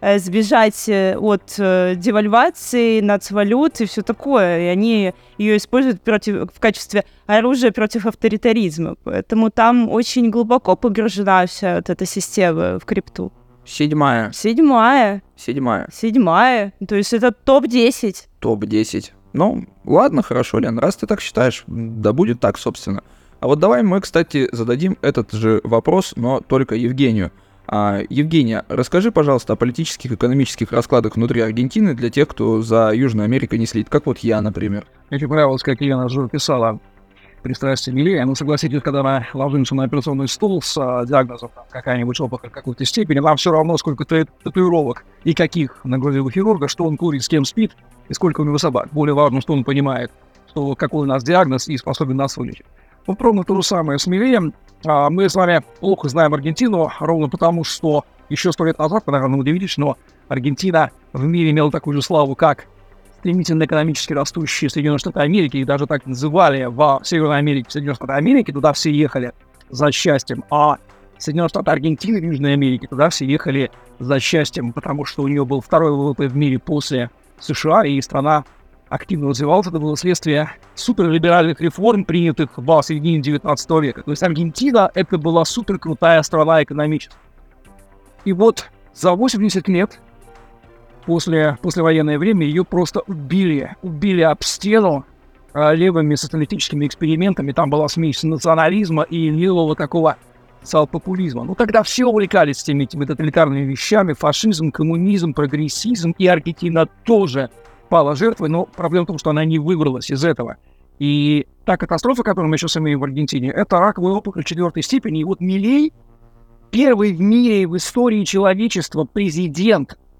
сбежать от девальвации, нацвалют и все такое. И они ее используют против, в качестве оружия против авторитаризма. Поэтому там очень глубоко погружена вся вот эта система в крипту. Седьмая. Седьмая. Седьмая. Седьмая. То есть это топ десять. топ десять. Ну, ладно, хорошо, Лен, раз ты так считаешь, да будет так, собственно. А вот давай мы, кстати, зададим этот же вопрос, но только Евгению. А, Евгения, расскажи, пожалуйста, о политических и экономических раскладах внутри Аргентины для тех, кто за Южной Америкой не следит, как вот я, например. Мне понравилось, как Елена уже писала «Пристрастие Милея». Ну, согласитесь, когда мы ложимся на операционный стол с а, диагнозом там, какая-нибудь опухоль какой-то степени, нам все равно, сколько татуировок и каких нагрузил хирурга, что он курит, с кем спит и сколько у него собак. Более важно, что он понимает, что какой у нас диагноз и способен нас вылечить. Вот ровно то же самое с Милеем. А, мы с вами плохо знаем Аргентину, ровно потому, что еще сто лет назад, вы, наверное, удивитесь, но Аргентина в мире имела такую же славу, как стремительно экономически растущие Соединенные Штаты Америки, их даже так называли в Северной Америке, Соединенные Штаты Америки, туда все ехали за счастьем, а Соединенные Штаты Аргентины в Южной Америке, туда все ехали за счастьем, потому что у нее был второй ВВП в мире после США, и страна активно развивалась. Это было следствие суперлиберальных реформ, принятых в середине девятнадцатого века. То есть Аргентина — это была суперкрутая страна экономически. И вот за восемьдесят лет после послевоенное время ее просто убили, убили об стену а, левыми социалистическими экспериментами. Там была смесь национализма и левого такого социал-популизма. Ну, тогда все увлекались теми, этими тоталитарными вещами: фашизм, коммунизм, прогрессизм, и Аргентина тоже пала жертвой, но проблема в том, что она не выбралась из этого. И та катастрофа, которую мы сейчас имеем в Аргентине, это раковая опухоль четвертой степени. И вот Милей, первый в мире, в истории человечества президент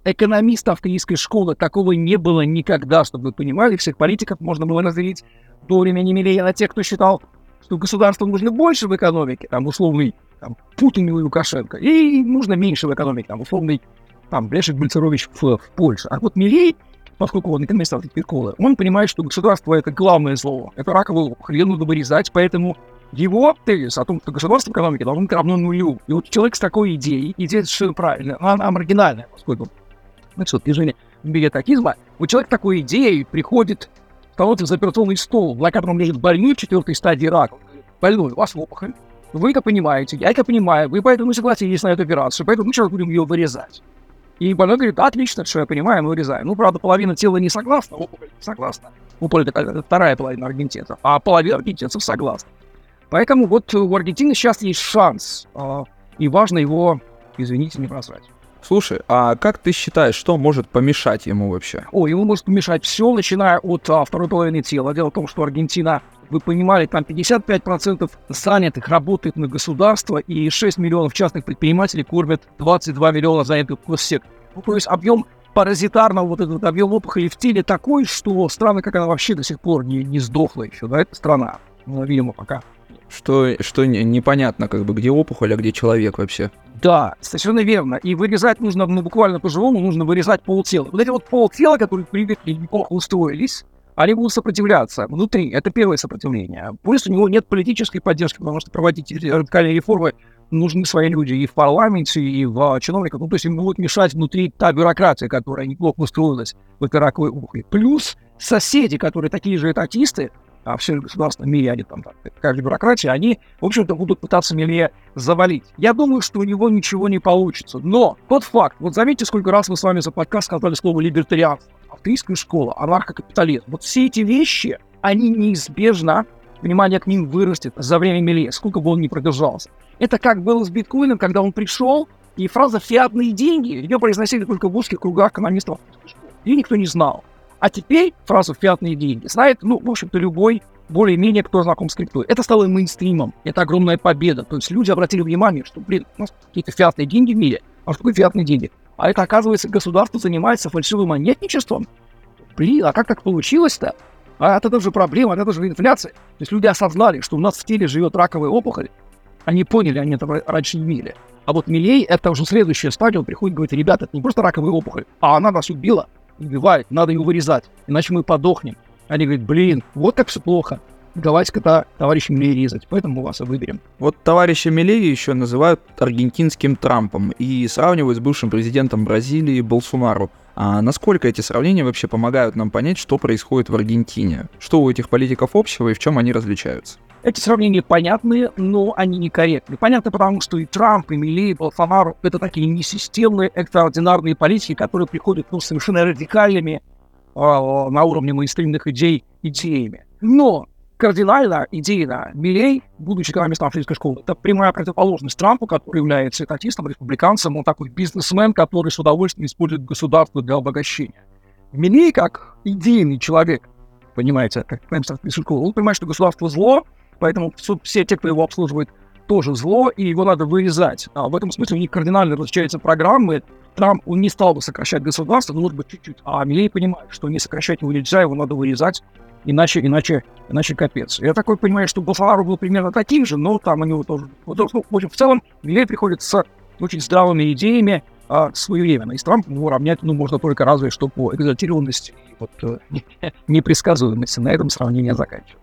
экономиста австрийской школы такого не было никогда, чтобы вы понимали. Всех политиков можно было разделить до времени Миллея на тех, кто считал, что государству нужно больше в экономике, там, условный там, Путин и Лукашенко, и нужно меньше в экономике, там, условный там, Лешек-Бальцерович в, в Польше. А вот Миллей, поскольку он экономист австрийской школы, он понимает, что государство — это главное зло, это раковую опухоль, ее нужно вырезать, поэтому его тезис о том, что государство в экономике должно быть равно нулю. И вот человек с такой идеей, идея совершенно правильная, она, она маргинальная, поскольку значит, движение билетакизма, вот человек с такой идеей приходит, становится за операционный стол, на котором лежит больной в четвертой стадии рака. Больной, у вас опухоль, вы это понимаете, я это понимаю, вы поэтому согласились на эту операцию, поэтому мы сейчас будем ее вырезать. И больной говорит, отлично, что я понимаю, мы вырезаем. Ну, правда, половина тела не согласна, опухоль не согласна. Опухоль — это вторая половина аргентинцев, а половина аргентинцев согласна. Поэтому вот у Аргентины сейчас есть шанс, э, и важно его, извините, не просрать. Слушай, а как ты считаешь, что может помешать ему вообще? О, ему может помешать все, начиная от а, второй половины тела. Дело в том, что Аргентина, вы понимали, там пятьдесят пять процентов занятых работает на государство, и шесть миллионов частных предпринимателей кормят двадцать два миллиона занятых в госсекторе. Ну, то есть объем паразитарного, вот этот объем опухоли в теле такой, что странно, как она вообще до сих пор не, не сдохла еще, да, эта страна, ну, видимо, пока. Что, что не- непонятно, как бы, где опухоль, а где человек вообще. Да, совершенно верно. И вырезать нужно, ну, буквально по-живому, нужно вырезать полтела. Вот эти вот полтела, которые привыкли и неплохо устроились, они будут сопротивляться внутри. Это первое сопротивление. Пусть у него нет политической поддержки, потому что проводить радикальные реформы нужны свои люди и в парламенте, и в чиновниках. Ну, то есть им будет мешать внутри та бюрократия, которая неплохо устроилась в этой раковой опухоли. Плюс соседи, которые такие же этатисты, а в всем государственном мире они там, каждая бюрократия, они, в общем-то, будут пытаться Миллея завалить. Я думаю, что у него ничего не получится. Но тот факт, вот заметьте, сколько раз мы с вами за подкаст сказали слово «либертарианство», австрийская школа, анархокапитализм. Вот все эти вещи, они неизбежно, внимание к ним вырастет за время Миллея, сколько бы он ни продержался. Это как было с биткоином, когда он пришел, и фраза «фиатные деньги» ее произносили только в узких кругах экономистов австрийской школы. Ее никто не знал. А теперь фразу «фиатные деньги» знает, ну, в общем-то, любой более-менее, кто знаком с криптой. Это стало мейнстримом. Это огромная победа. То есть люди обратили внимание, что, блин, у нас какие-то фиатные деньги в мире. А что такое фиатные деньги? А это, оказывается, государство занимается фальшивым монетничеством. Блин, а как так получилось-то? А это тоже проблема, это тоже инфляция. То есть люди осознали, что у нас в теле живет раковая опухоль. Они поняли, они этого раньше не имели. А вот Миллей, это уже следующая стадия, он приходит и говорит: ребята, это не просто раковая опухоль, а она нас убила. Убивает, надо ее вырезать, иначе мы подохнем. Они говорят: блин, вот как все плохо. Давайте-ка товарища Миллея резать, поэтому мы вас и выберем. Вот товарища Миллея еще называют аргентинским Трампом и сравнивают с бывшим президентом Бразилии Болсонару. А насколько эти сравнения вообще помогают нам понять, что происходит в Аргентине? Что у этих политиков общего и в чем они различаются? Эти сравнения понятны, но они некорректны. Понятно, потому что и Трамп, и Миллей, и Болсонару — это такие несистемные, экстраординарные политики, которые приходят, ну, совершенно радикальными э, на уровне мейнстримных идей идеями. Но кардинально, идейно, Миллей, будучи экономистом австрийской школы, это прямая противоположность Трампу, который является этатистом, республиканцем, он такой бизнесмен, который с удовольствием использует государство для обогащения. Миллей, как идейный человек, понимаете, как экономист австрийской школы, он понимает, что государство зло, поэтому все те, кто его обслуживает, тоже зло, и его надо вырезать. А в этом смысле у них кардинально различаются программы. Трамп, он не стал бы сокращать государство, но, может быть, чуть-чуть. А Миллей понимает, что не сокращать его нельзя, его надо вырезать, иначе, иначе, иначе капец. Я такой понимаю, что Болсонару был примерно таким же, но там у него тоже... Вот, ну, в общем, в целом, Миллей приходит с очень здравыми идеями а, своевременно. И с Трампом его равнять, ну, можно только разве что по экзальтированности и вот, э, непредсказуемости. На этом сравнение заканчивается.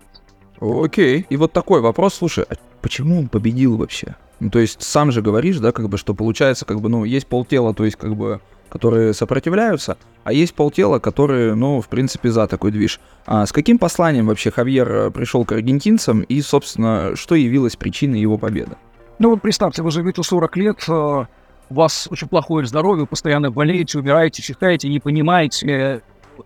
Окей. И вот такой вопрос, слушай, а почему он победил вообще? Ну, то есть сам же говоришь, да, как бы, что получается, как бы, ну, есть полтела, то есть, как бы, которые сопротивляются, а есть полтела, которые, ну, в принципе, за такой движ. А с каким посланием вообще Хавьер пришел к аргентинцам и, собственно, что явилось причиной его победы? Ну вот представьте, вы живете сорок лет, у вас очень плохое здоровье, вы постоянно болеете, умираете, чихаете, не понимаете,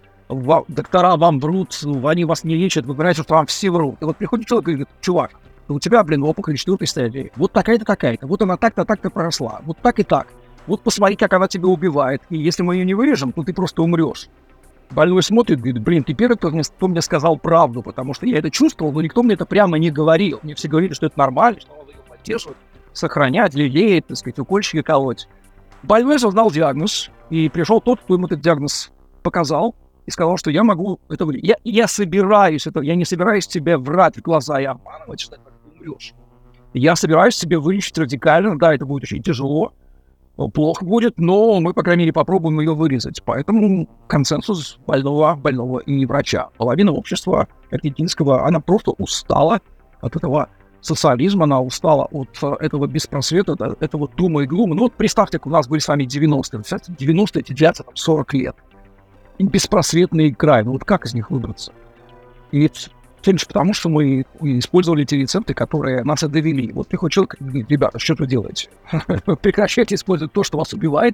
доктора вам врут, они вас не лечат, вы понимаете, что вам все врут. И вот приходит человек и говорит: чувак, у тебя, блин, опухоль четвертой стадии, вот такая-то, такая-то, вот она так-то, так-то проросла, вот так и так. Вот посмотри, как она тебя убивает, и если мы ее не вырежем, то ты просто умрешь. Больной смотрит, говорит: блин, ты первый, кто мне, кто мне сказал правду, потому что я это чувствовал, но никто мне это прямо не говорил. Мне все говорили, что это нормально, что надо ее поддерживать, сохранять, лелеять, так сказать, укольчики колоть. Больной узнал диагноз, И пришел тот, кто ему этот диагноз показал, и сказал, что я могу это вылечить. Я, я собираюсь это, я не собираюсь тебе врать в глаза и обманывать, что ты умрешь. Я собираюсь тебе вылечить радикально, да, это будет очень тяжело, плохо будет, но мы, по крайней мере, попробуем ее вырезать. Поэтому консенсус больного, больного и врача. Половина общества аргентинского, она просто устала от этого социализма, она устала от этого беспросвета, от этого дума и глума. Ну вот представьте, у нас были с вами девяностые, девяностые эти длятся там сорок лет. И беспросветный край, ну вот как из них выбраться? И все лишь потому, что мы использовали те рецепты, которые нас и довели. Вот приходит человек и говорит: ребята, что вы делаете? Прекращайте использовать то, что вас убивает,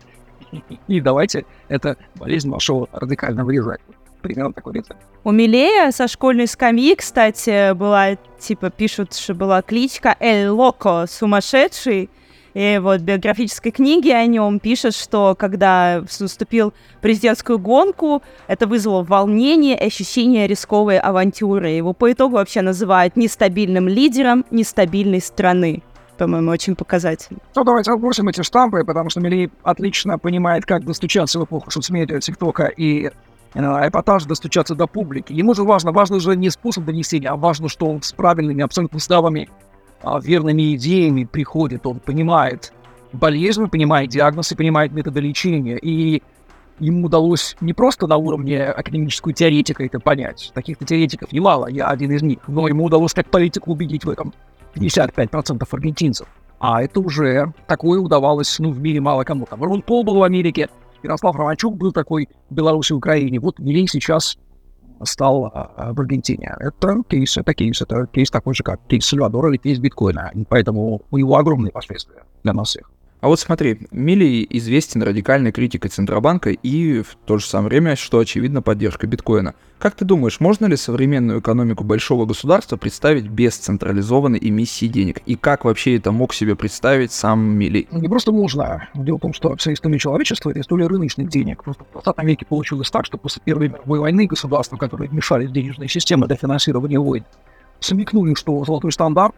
и давайте эту болезнь вашего радикально вырезать. Примерно такой рецепт. У Милея со школьной скамьи, кстати, была, типа, пишут, что была кличка «Эль Локо», сумасшедший. И вот в биографической книге о нем пишет, что когда вступил в президентскую гонку, это вызвало волнение и ощущение рисковой авантюры. Его по итогу вообще называют нестабильным лидером нестабильной страны. По-моему, очень показательно. Ну, давайте отбросим эти штампы, потому что Милей отлично понимает, как достучаться в эпоху соцмедиа, ТикТока и эпатаж, достучаться до публики. Ему же важно, важно же не способ донесения, а важно, что он с правильными, абсолютно здравыми, верными идеями приходит, он понимает болезнь, понимает диагнозы, понимает методы лечения, и ему удалось не просто на уровне академического теоретика это понять, таких-то теоретиков немало, я один из них, но ему удалось как политику убедить в этом пятьдесят пять процентов аргентинцев, а это уже такое удавалось, ну, в мире мало кому. Там Рон Пол был в Америке, Ярослав Романчук был такой в Беларуси и Украине, вот Милей сейчас стал а, в Аргентине. Это кейс, это кейс, это кейс такой же, как кейс Сальвадора или кейс биткоина. И поэтому у него огромные последствия для нас всех. А вот смотри, Милей известен радикальной критикой Центробанка и в то же самое время, что очевидно, поддержкой биткоина. Как ты думаешь, можно ли современную экономику большого государства представить без централизованной эмиссии денег? И как вообще это мог себе представить сам Милей? Не просто можно. Дело в том, что вся история человечества — это история рыночных денег. Просто в двадцатом веке получилось так, что после Первой мировой войны государства, которые вмешались в денежные системы для финансирования войн, смекнули, что золотой стандарт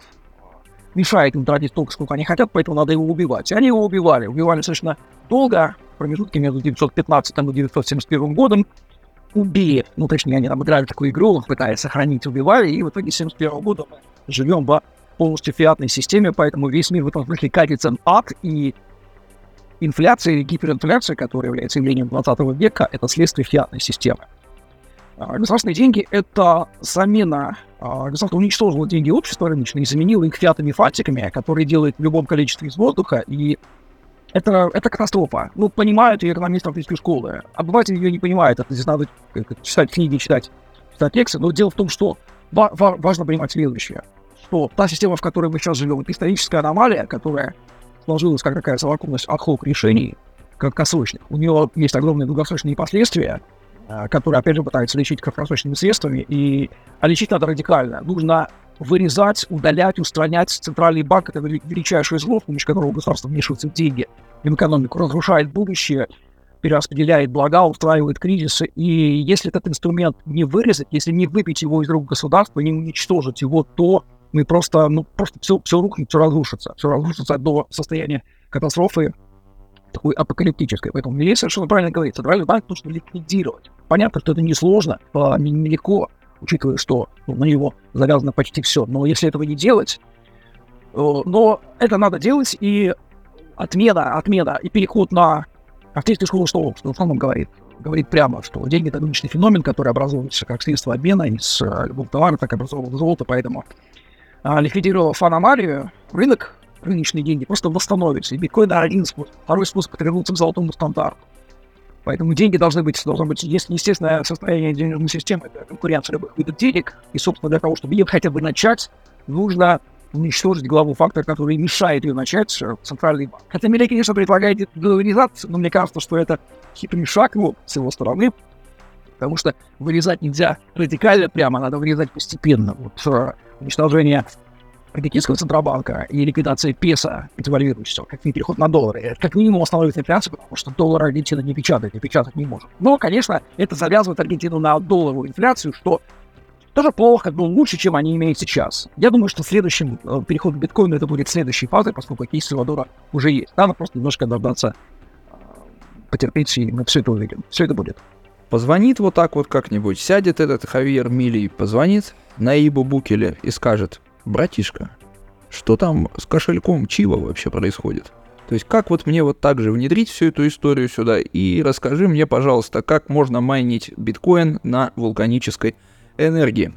мешает им тратить столько, сколько они хотят, поэтому надо его убивать. И они его убивали. Убивали достаточно долго, в промежутке между девятьсот пятнадцатым и девятьсот семьдесят первым годом. Убили, ну точнее, они там играли такую игру, пытаясь сохранить, убивали, и в итоге с семьдесят первого года мы живем в полностью фиатной системе, поэтому весь мир в этом смысле катится в ад, и инфляция или гиперинфляция, которая является явлением двадцатого века, это следствие фиатной системы. Государственные деньги — это замена. Государство уничтожило деньги общества рыночные и заменило их фиатами-фантиками, которые делают в любом количестве из воздуха, и это, это катастрофа. Ну, понимают и экономисты английской школы. Обыватель ее не понимает. Это здесь надо читать книги, читать, читать лекции. Но дело в том, что ва- ва- важно понимать следующее. Что та система, в которой мы сейчас живем, это историческая аномалия, которая сложилась как такая совокупность ад-хок решений краткосрочных. У нее есть огромные долгосрочные последствия, которые, опять же, пытаются лечить краткосрочными средствами, и а лечить надо радикально. Нужно вырезать, удалять, устранять центральный банк, это величайшее зло, с помощью которого государство вмешивается в деньги и в экономику, разрушает будущее, перераспределяет блага, устраивает кризисы, и если этот инструмент не вырезать, если не выбить его из рук государства, не уничтожить его, то мы просто, ну, просто все, все рухнет, все разрушится, все разрушится до состояния катастрофы, такой апокалиптической. Поэтому Милей совершенно правильно говорит, центральный банк нужно ликвидировать. Понятно, что это несложно, нелегко, учитывая, что ну, на него завязано почти все. Но если этого не делать, но это надо делать, и отмена, отмена и переход на австрийскую школу, что, что в основном говорит, говорит прямо, что деньги — это рыночный феномен, который образуется как средство обмена из любого товара, так образовывал золото, поэтому ликвидировав аномалию, рынок, рыночные деньги просто восстановятся. И биткоин — один способ. Второй способ — вернуться к золотому стандарту. Поэтому деньги должны быть, должно быть, если естественное состояние денежной системы, это конкуренция любых видов денег. И, собственно, для того, чтобы ее хотя бы начать, нужно уничтожить главу фактора, который мешает ее начать, центральный банк. Хотя Милей, конечно, предлагает глобализацию, но мне кажется, что это хитрый шаг ну, с его стороны, потому что вырезать нельзя радикально прямо, надо вырезать постепенно. Вот, уничтожение аргентинского Центробанка и ликвидация песо, девальвирующегося, как переход на доллары, это как минимум остановит инфляцию, потому что доллар Аргентина не печатает, и печатать не может. Но, конечно, это завязывает Аргентину на долларовую инфляцию, что тоже плохо, но лучше, чем они имеют сейчас. Я думаю, что следующим э, переход к биткоину это будет следующей фазой, поскольку кейс Сальвадора уже есть. Надо просто немножко дождаться э, потерпите, и мы все это увидим. Все это будет. Позвонит вот так вот как-нибудь, сядет этот Хавьер Милей, позвонит Наибу Букеле и скажет: братишка, что там с кошельком Чива вообще происходит? То есть как вот мне вот так же внедрить всю эту историю сюда, и расскажи мне, пожалуйста, как можно майнить биткоин на вулканической энергии.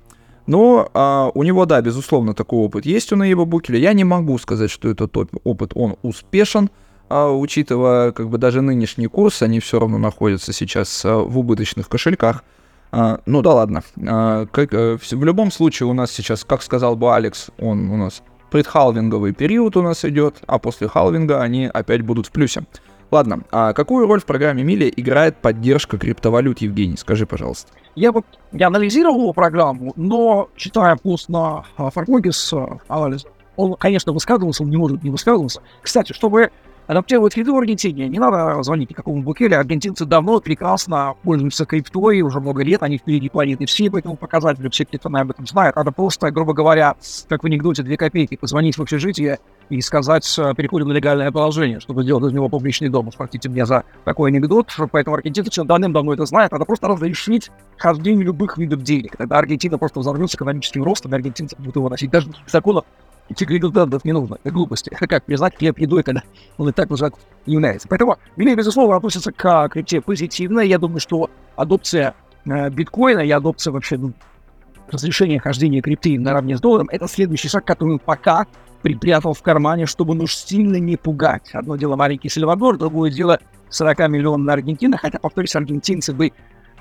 Но а, у него, да, безусловно, такой опыт есть у Наиба Букеля. Я не могу сказать, что этот опыт, он успешен, а, учитывая как бы даже нынешний курс, они все равно находятся сейчас а, в убыточных кошельках. А, ну да ладно. А, как, а, в, в любом случае у нас сейчас, как сказал бы Алекс, он у нас предхалвинговый период у нас идет, а после халвинга они опять будут в плюсе. Ладно, а какую роль в программе Миле играет поддержка криптовалют, Евгений? Скажи, пожалуйста. Я вот я анализировал программу, но читая пост на Фаркоге с анализом, он, конечно, высказывался, он не может не высказываться. Кстати, чтобы адаптировать крипту в Аргентине, не надо звонить никакому Букеле. Аргентинцы давно прекрасно пользуются криптой, уже много лет, они впереди планеты все, поэтому показатели все криптоны об этом знают. Надо просто, грубо говоря, как в анекдоте две копейки, позвонить в общежитие и сказать: переходим на легальное положение, чтобы сделать из него публичный дом. Спросите меня за такой анекдот. Поэтому аргентинцы давным-давно это знают. Надо просто разрешить хождение любых видов денег. Тогда Аргентина просто взорвется экономическим ростом, и аргентинцы будут его носить. Даже законов этих регламентов не нужно. Это глупости. Это как признать хлеб едой, когда он и так уже не является. Поэтому Милей, безусловно, относится к крипте позитивно. Я думаю, что адопция э, биткоина и адопция вообще ну, разрешения хождения крипты наравне с долларом — это следующий шаг, который он пока припрятал в кармане, чтобы ну сильно не пугать. Одно дело маленький Сальвадор, другое дело сорок миллионов Аргентина, хотя, повторюсь, аргентинцы бы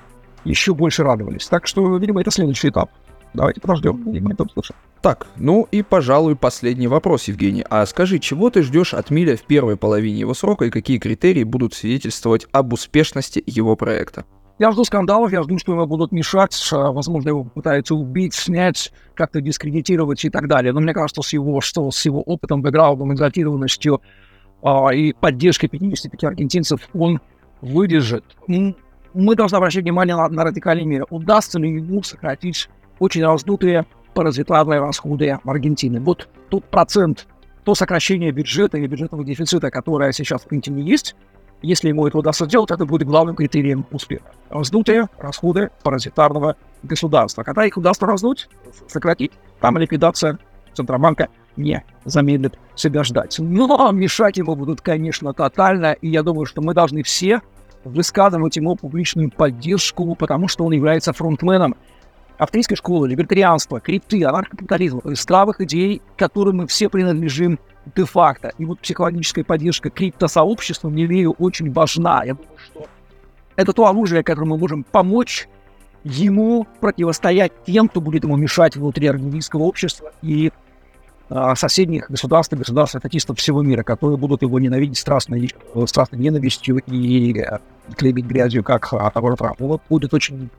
еще больше радовались. Так что, видимо, это следующий этап. Давайте подождем, видимо, это услышим. Так, ну и, пожалуй, последний вопрос, Евгений. А скажи, чего ты ждешь от Миля в первой половине его срока и какие критерии будут свидетельствовать об успешности его проекта? Я жду скандалов, я жду, что ему будут мешать, возможно, его попытаются убить, снять, как-то дискредитировать и так далее. Но мне кажется, с его, что с его опытом, бэкграундом, экзальтированностью а, и поддержкой пятидесяти пяти аргентинцев он выдержит. Мы должны обращать внимание на, на радикальные меры. Удастся ли ему сократить очень раздутые паразитарные расходы Аргентины? Вот тот процент, то сокращение бюджета или бюджетного дефицита, которое сейчас в Аргентине есть, если ему это удастся сделать, это будет главным критерием успеха. Раздутые расходы паразитарного государства. Когда их удастся раздуть, сократить, там ликвидация Центробанка не замедлит себя ждать. Но мешать ему будут, конечно, тотально, и я думаю, что мы должны все высказывать ему публичную поддержку, потому что он является фронтменом австрийской школы, либертарианства, крипты, анархокапитализма, то есть здравых идей, к которым мы все принадлежим де-факто. И вот психологическая поддержка криптосообщества, мне верю, очень важна. Я думаю, что это то оружие, которым мы можем помочь ему противостоять тем, кто будет ему мешать внутри аргентинского общества и а, соседних государств и государств-атеистов всего мира, которые будут его ненавидеть страстной, страстной ненавистью и а, клеймить грязью, как а, того же Трампа. Вот будет очень,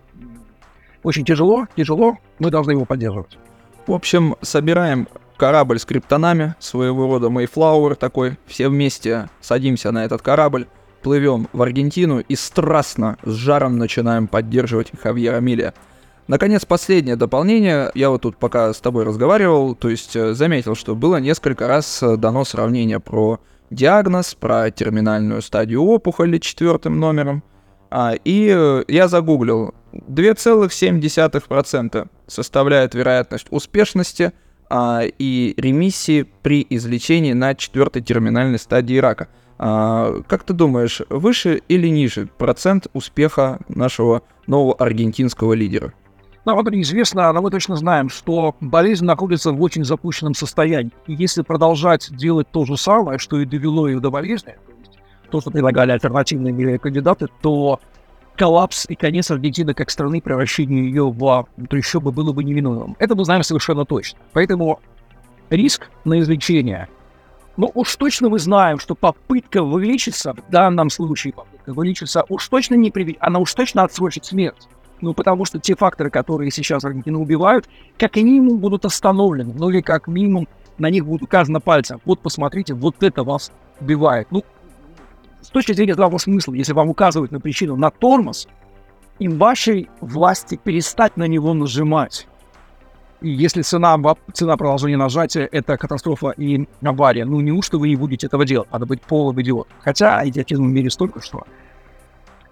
очень тяжело, тяжело, мы должны его поддерживать. В общем, собираем корабль с криптонами, своего рода Mayflower такой, все вместе садимся на этот корабль, плывем в Аргентину и страстно, с жаром начинаем поддерживать Хавьера Милея. Наконец, последнее дополнение. Я вот тут пока с тобой разговаривал, то есть заметил, что было несколько раз дано сравнение про диагноз, про терминальную стадию опухоли четвертым номером. А, и я загуглил. две целых семь десятых процента составляет вероятность успешности а, и ремиссии при излечении на четвертой терминальной стадии рака. А, как ты думаешь, выше или ниже процент успеха нашего нового аргентинского лидера? Нам это неизвестно, но мы точно знаем, что болезнь находится в очень запущенном состоянии. И если продолжать делать то же самое, что и довело ее до болезни, то есть то, что предлагали альтернативные кандидаты, то коллапс и конец Аргентины как страны, превращение ее в трущобы было бы неминуемым. Это мы знаем совершенно точно. Поэтому риск на излечение. Но уж точно мы знаем, что попытка вылечиться, в данном случае попытка вылечиться, уж точно не приведет, она уж точно отсрочит смерть. Ну, потому что те факторы, которые сейчас Аргентину убивают, как минимум будут остановлены, ну или как минимум на них будет указано пальцем. Вот посмотрите, вот это вас убивает. Ну, с точки зрения здравого смысла, если вам указывают на причину на тормоз, им вашей власти перестать на него нажимать. И если цена, цена продолжения нажатия — это катастрофа и авария, ну неужто вы не будете этого делать? Надо быть полным идиотом. Хотя идиотизма в мире столько, что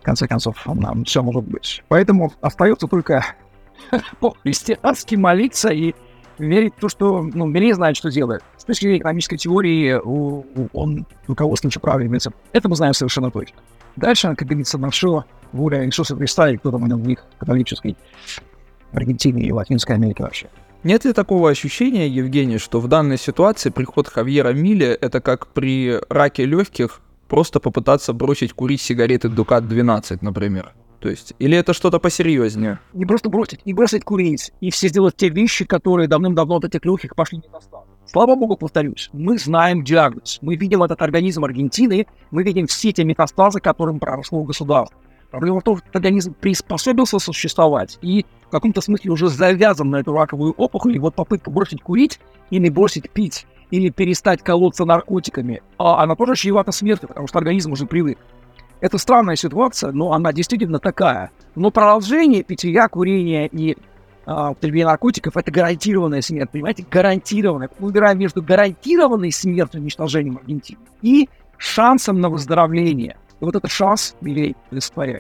конце концов, нам все может быть. Поэтому остается только по-христиански молиться и верить в то, что, ну, Мире знает, что делает. С точки зрения экономической теории, у, у, он руководствуется правильным принципом. Это мы знаем совершенно точно. Дальше, как говорится, на все воля Иисуса Христа и кто там у них католический, Аргентине и Латинской Америке вообще. Нет ли такого ощущения, Евгений, что в данной ситуации приход Хавьера Миле — это как при раке легких просто попытаться бросить курить сигареты Дукат двенадцать, например? То есть, или это что-то посерьезнее? Не просто бросить, не бросить курить, и все сделать те вещи, которые давным-давно от этих легких пошли не достаточно. Слава богу, повторюсь, мы знаем диагноз. Мы видим этот организм Аргентины, мы видим все те метастазы, которым прошло государство. Проблема в том, что этот организм приспособился существовать и в каком-то смысле уже завязан на эту раковую опухоль, и вот попытка бросить курить или бросить пить, или перестать колоться наркотиками, а она тоже чревата смертью, потому что организм уже привык. Это странная ситуация, но она действительно такая. Но продолжение питья, курения и а, употребления наркотиков — это гарантированная смерть, понимаете? Гарантированная. Мы выбираем между гарантированной смертью, уничтожением Аргентины, и шансом на выздоровление. И вот этот шанс Милей олицетворяет.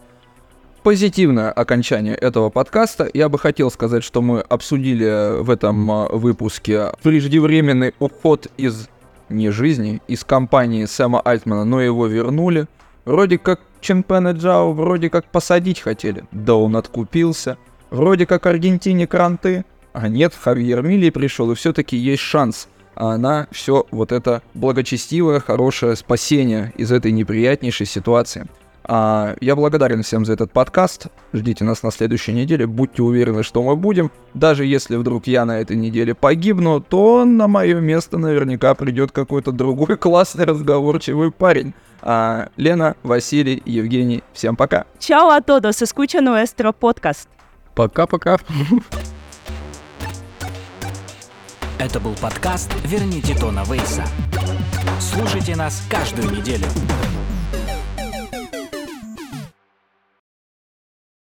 Позитивное окончание этого подкаста. Я бы хотел сказать, что мы обсудили в этом выпуске преждевременный уход из не жизни, из компании Сэма Альтмана, но его вернули. Вроде как Ченпена Джао вроде как посадить хотели, да он откупился. Вроде как Аргентине кранты, а нет, Хавьер Милей пришел, и все-таки есть шанс а на все вот это благочестивое, хорошее спасение из этой неприятнейшей ситуации. А я благодарен всем за этот подкаст. Ждите нас на следующей неделе. Будьте уверены, что мы будем. Даже если вдруг я на этой неделе погибну, то на мое место наверняка придет какой-то другой классный разговорчивый парень. А Лена, Василий, Евгений, всем пока. Чао a todos, escucha nuestro podcast. Пока-пока. Это был подкаст «Верните Тона Вейса». Слушайте нас каждую неделю.